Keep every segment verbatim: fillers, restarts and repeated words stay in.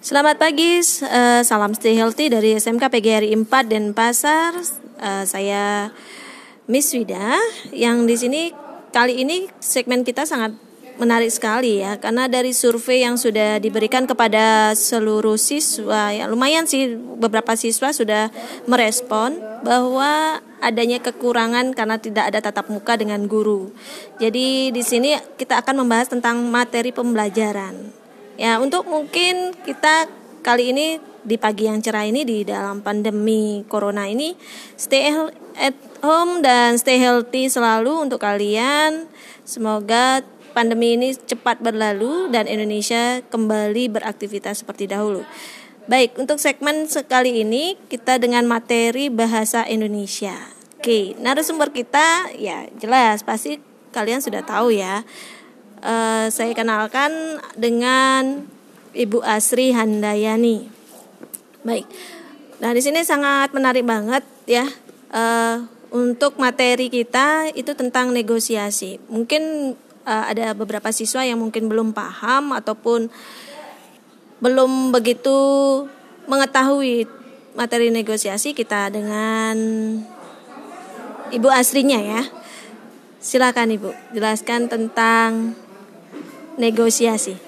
Selamat pagi, uh, salam stay healthy dari S M K P G R I empat Denpasar. Uh, saya Miss Wida, yang di sini kali ini segmen kita sangat menarik sekali ya, karena dari survei yang sudah diberikan kepada seluruh siswa, ya lumayan sih beberapa siswa sudah merespon bahwa adanya kekurangan karena tidak ada tatap muka dengan guru. Jadi di sini kita akan membahas tentang materi pembelajaran. Ya, untuk mungkin kita kali ini di pagi yang cerah ini di dalam pandemi corona ini, stay at home dan stay healthy selalu untuk kalian. Semoga pandemi ini cepat berlalu dan Indonesia kembali beraktivitas seperti dahulu. Baik, untuk segmen sekali ini kita dengan materi bahasa Indonesia. Oke, narasumber kita ya jelas pasti kalian sudah tahu ya. Uh, saya kenalkan dengan Ibu Asri Handayani. Baik. Nah, di sini sangat menarik banget ya. Uh, untuk materi kita itu tentang negosiasi. Mungkin uh, ada beberapa siswa yang mungkin belum paham ataupun belum begitu mengetahui materi negosiasi. Kita dengan Ibu Asrinya ya. Silakan Ibu, jelaskan tentang negosiasi.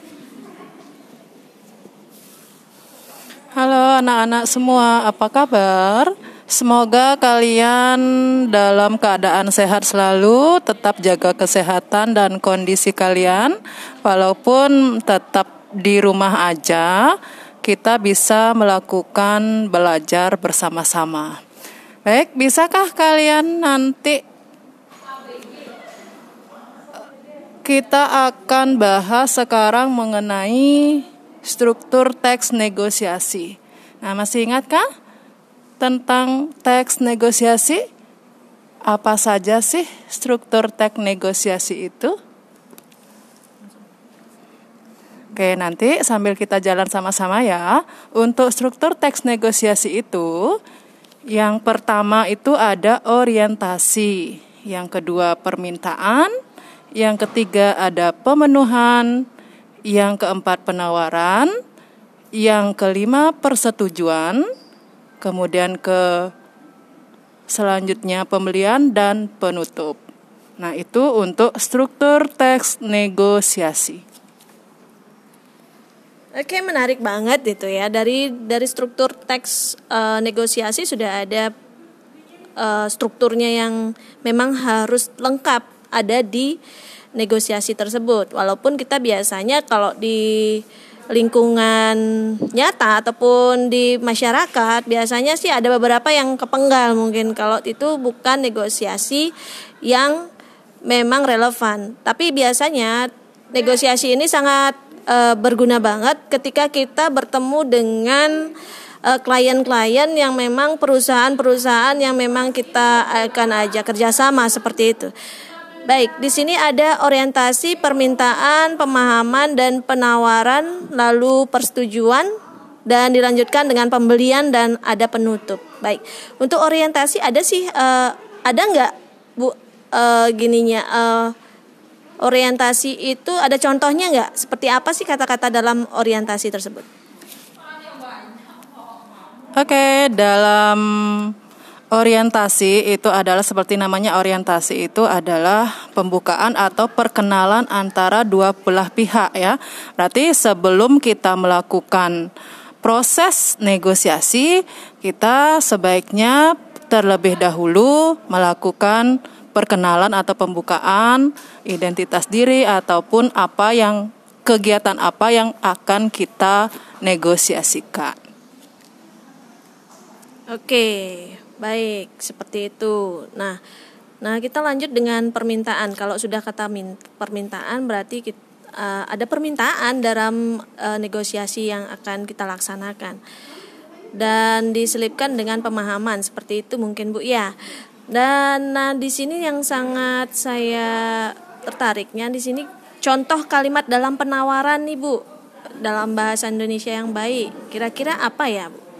Halo anak-anak semua, apa kabar? Semoga kalian dalam keadaan sehat selalu, tetap jaga kesehatan dan kondisi kalian. Walaupun tetap di rumah aja, kita bisa melakukan belajar bersama-sama. Baik, bisakah kalian nanti kita akan bahas sekarang mengenai struktur teks negosiasi. Nah, masih ingatkah tentang teks negosiasi? Apa saja sih struktur teks negosiasi itu? Oke, nanti sambil kita jalan sama-sama ya. Untuk struktur teks negosiasi itu, yang pertama itu ada orientasi, yang kedua permintaan, yang ketiga ada pemenuhan, yang keempat penawaran, yang kelima persetujuan, kemudian ke selanjutnya pembelian dan penutup. Nah, itu untuk struktur teks negosiasi. Oke, menarik banget itu ya. Dari dari struktur teks uh, negosiasi sudah ada uh, strukturnya yang memang harus lengkap ada di negosiasi tersebut. Walaupun kita biasanya kalau di lingkungan nyata ataupun di masyarakat biasanya sih ada beberapa yang kepenggal mungkin kalau itu bukan negosiasi yang memang relevan. Tapi biasanya negosiasi ini sangat e, berguna banget ketika kita bertemu dengan e, klien-klien yang memang perusahaan-perusahaan yang memang kita akan ajak kerjasama seperti itu. Baik, di sini ada orientasi, permintaan, pemahaman, dan penawaran, lalu persetujuan, dan dilanjutkan dengan pembelian dan ada penutup. Baik, untuk orientasi ada sih, uh, ada nggak Bu uh, gininya, uh, orientasi itu ada contohnya nggak? Seperti apa sih kata-kata dalam orientasi tersebut? Oke, dalam orientasi itu adalah seperti namanya orientasi itu adalah pembukaan atau perkenalan antara dua belah pihak ya. Berarti sebelum kita melakukan proses negosiasi, kita sebaiknya terlebih dahulu melakukan perkenalan atau pembukaan identitas diri ataupun apa yang kegiatan apa yang akan kita negosiasikan. Oke. Baik, seperti itu. Nah, nah kita lanjut dengan permintaan. Kalau sudah kata min- permintaan berarti kita, uh, ada permintaan dalam uh, negosiasi yang akan kita laksanakan. Dan diselipkan dengan pemahaman seperti itu mungkin Bu ya. Dan nah di sini yang sangat saya tertariknya di sini contoh kalimat dalam penawaran nih Bu. Dalam bahasa Indonesia yang baik. Kira-kira apa ya Bu?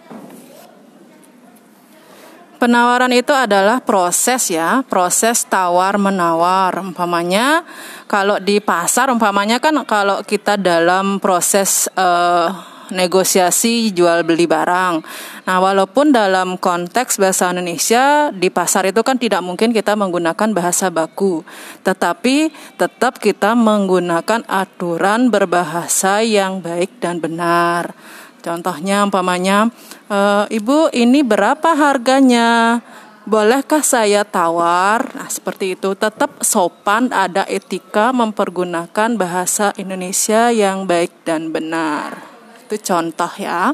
Penawaran itu adalah proses ya, proses tawar-menawar. Umpamanya kalau di pasar, umpamanya kan kalau kita dalam proses uh, negosiasi jual beli barang. Nah, walaupun dalam konteks bahasa Indonesia di pasar itu kan tidak mungkin kita menggunakan bahasa baku, tetapi tetap kita menggunakan aturan berbahasa yang baik dan benar. Contohnya umpamanya, e, Ibu ini berapa harganya? Bolehkah saya tawar? Nah, seperti itu. Tetap sopan, ada etika mempergunakan bahasa Indonesia yang baik dan benar. Itu contoh ya.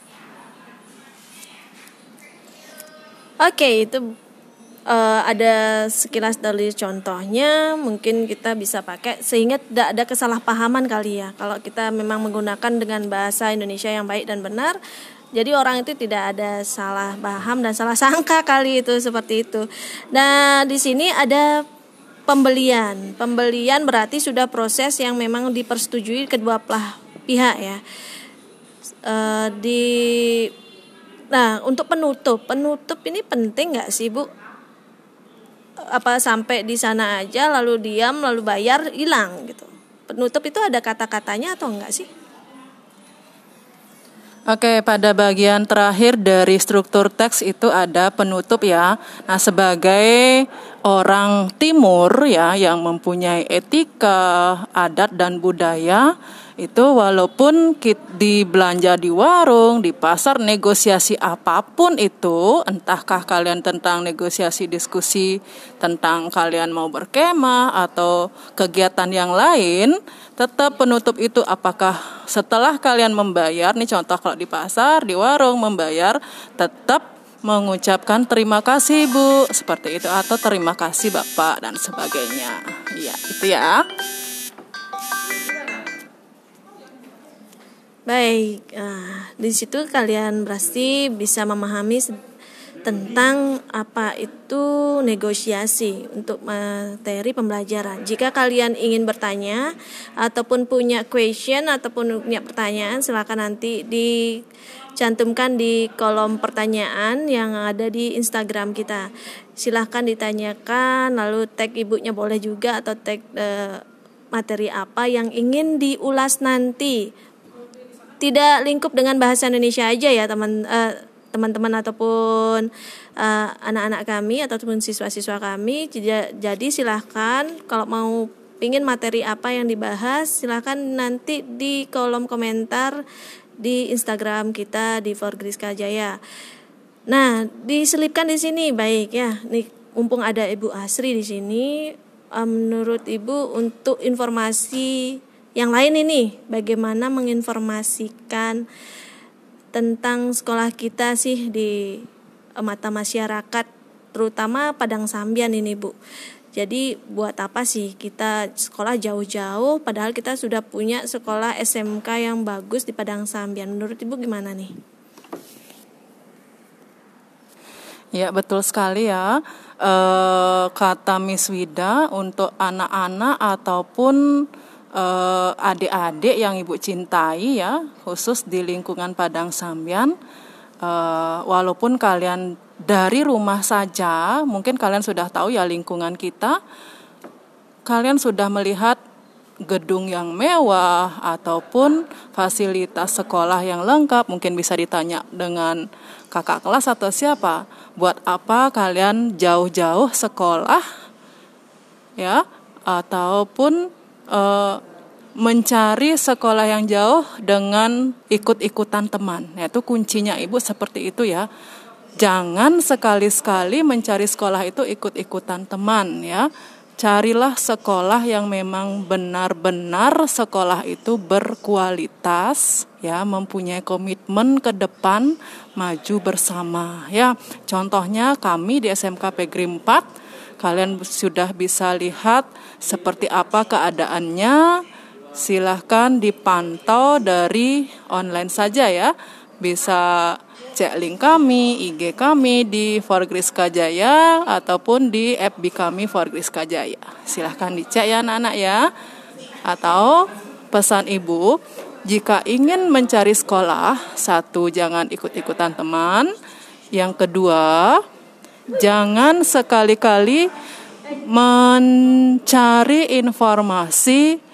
Oke, itu uh, ada sekilas dari contohnya. Mungkin kita bisa pakai sehingga tidak ada kesalahpahaman kali ya. Kalau kita memang menggunakan dengan bahasa Indonesia yang baik dan benar, jadi orang itu tidak ada salah paham dan salah sangka kali itu seperti itu. Nah, di sini ada pembelian. Pembelian berarti sudah proses yang memang dipersetujui kedua belah pihak ya. E, di Nah, untuk penutup, penutup ini penting nggak sih, Bu? Apa sampai di sana aja lalu diam lalu bayar hilang gitu? Penutup itu ada kata-katanya atau enggak sih? Oke, pada bagian terakhir dari struktur teks itu ada penutup ya. Nah, sebagai orang timur ya yang mempunyai etika, adat dan budaya, itu walaupun di belanja di warung, di pasar, negosiasi apapun itu, entahkah kalian tentang negosiasi diskusi tentang kalian mau berkemah atau kegiatan yang lain, tetap penutup itu apakah setelah kalian membayar, nih contoh kalau di pasar, di warung membayar, tetap mengucapkan terima kasih Bu, seperti itu, atau terima kasih Bapak dan sebagainya. Iya, itu ya. Baik, nah, di situ kalian pasti bisa memahami tentang apa itu negosiasi untuk materi pembelajaran. Jika kalian ingin bertanya ataupun punya question ataupun punya pertanyaan, silakan nanti dicantumkan di kolom pertanyaan yang ada di Instagram kita. Silahkan ditanyakan, lalu tag ibunya boleh juga atau tag eh, materi apa yang ingin diulas nanti. Tidak lingkup dengan bahasa Indonesia aja ya teman uh, teman-teman ataupun uh, anak-anak kami ataupun siswa-siswa kami. Jadi silahkan kalau mau pingin materi apa yang dibahas, silahkan nanti di kolom komentar di Instagram kita di Forgriska Jaya. Nah, diselipkan di sini baik ya. Nih mumpung ada Ibu Asri di sini, uh, menurut Ibu untuk informasi yang lain ini, bagaimana menginformasikan tentang sekolah kita sih di mata masyarakat, terutama Padang Sambian ini Bu. Jadi buat apa sih kita sekolah jauh-jauh, padahal kita sudah punya sekolah S M K yang bagus di Padang Sambian. Menurut Ibu gimana nih? Ya, betul sekali ya. E, kata Miss Wida, untuk anak-anak ataupun Uh, adik-adik yang Ibu cintai ya, khusus di lingkungan Padang Sambian, uh, walaupun kalian dari rumah saja, mungkin kalian sudah tahu ya lingkungan kita, kalian sudah melihat gedung yang mewah ataupun fasilitas sekolah yang lengkap. Mungkin bisa ditanya dengan kakak kelas atau siapa, buat apa kalian jauh-jauh sekolah ya, ataupun Uh, mencari sekolah yang jauh dengan ikut-ikutan teman. Nah, itu kuncinya Ibu seperti itu ya. Jangan sekali-sekali mencari sekolah itu ikut-ikutan teman ya. Carilah sekolah yang memang benar-benar sekolah itu berkualitas ya, mempunyai komitmen ke depan, maju bersama ya. Contohnya kami di S M K Pegri empat, kalian sudah bisa lihat seperti apa keadaannya. Silahkan dipantau dari online saja ya. Bisa cek link kami, I G kami di Forgriska Jaya ataupun di F B kami Forgriska Jaya. Silahkan dicek ya anak-anak ya. Atau pesan Ibu, jika ingin mencari sekolah, satu, jangan ikut-ikutan teman. Yang kedua, jangan sekali-kali mencari informasi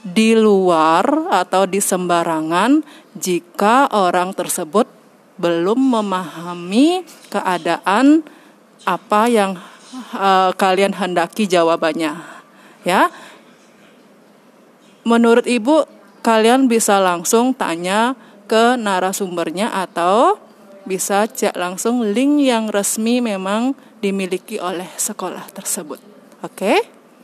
di luar atau di sembarangan jika orang tersebut belum memahami keadaan apa yang uh, kalian hendaki jawabannya. Ya. Menurut Ibu, kalian bisa langsung tanya ke narasumbernya atau bisa cek langsung link yang resmi memang dimiliki oleh sekolah tersebut. Oke? Okay?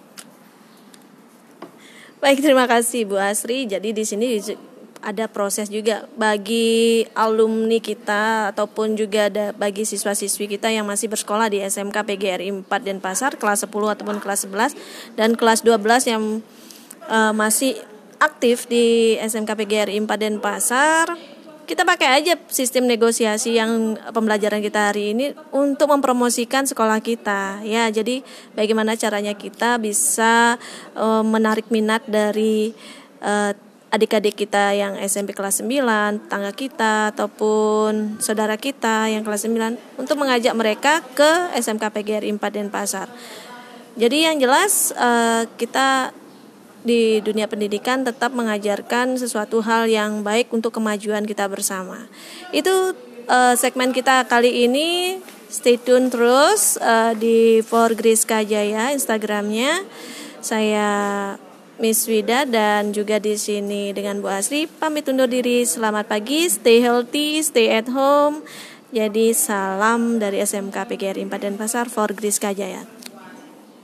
Baik, terima kasih Bu Asri. Jadi di sini ada proses juga bagi alumni kita ataupun juga ada bagi siswa-siswi kita yang masih bersekolah di S M K P G R I empat Denpasar kelas sepuluh ataupun kelas sebelas dan kelas dua belas yang uh, masih aktif di S M K P G R I empat Denpasar. Kita pakai aja sistem negosiasi yang pembelajaran kita hari ini untuk mempromosikan sekolah kita. Ya, jadi bagaimana caranya kita bisa uh, menarik minat dari uh, adik-adik kita yang S M P kelas sembilan, tetangga kita ataupun saudara kita yang kelas sembilan untuk mengajak mereka ke S M K P G R I empat Denpasar. Jadi yang jelas uh, kita di dunia pendidikan tetap mengajarkan sesuatu hal yang baik untuk kemajuan kita bersama. Itu uh, segmen kita kali ini. Stay tune terus uh, di For Grace Kajaya Instagramnya. Saya Miss Wida dan juga di sini dengan Bu Asri pamit undur diri. Selamat pagi, stay healthy, stay at home. Jadi salam dari S M K P G R I empat Denpasar For Grace Kajaya.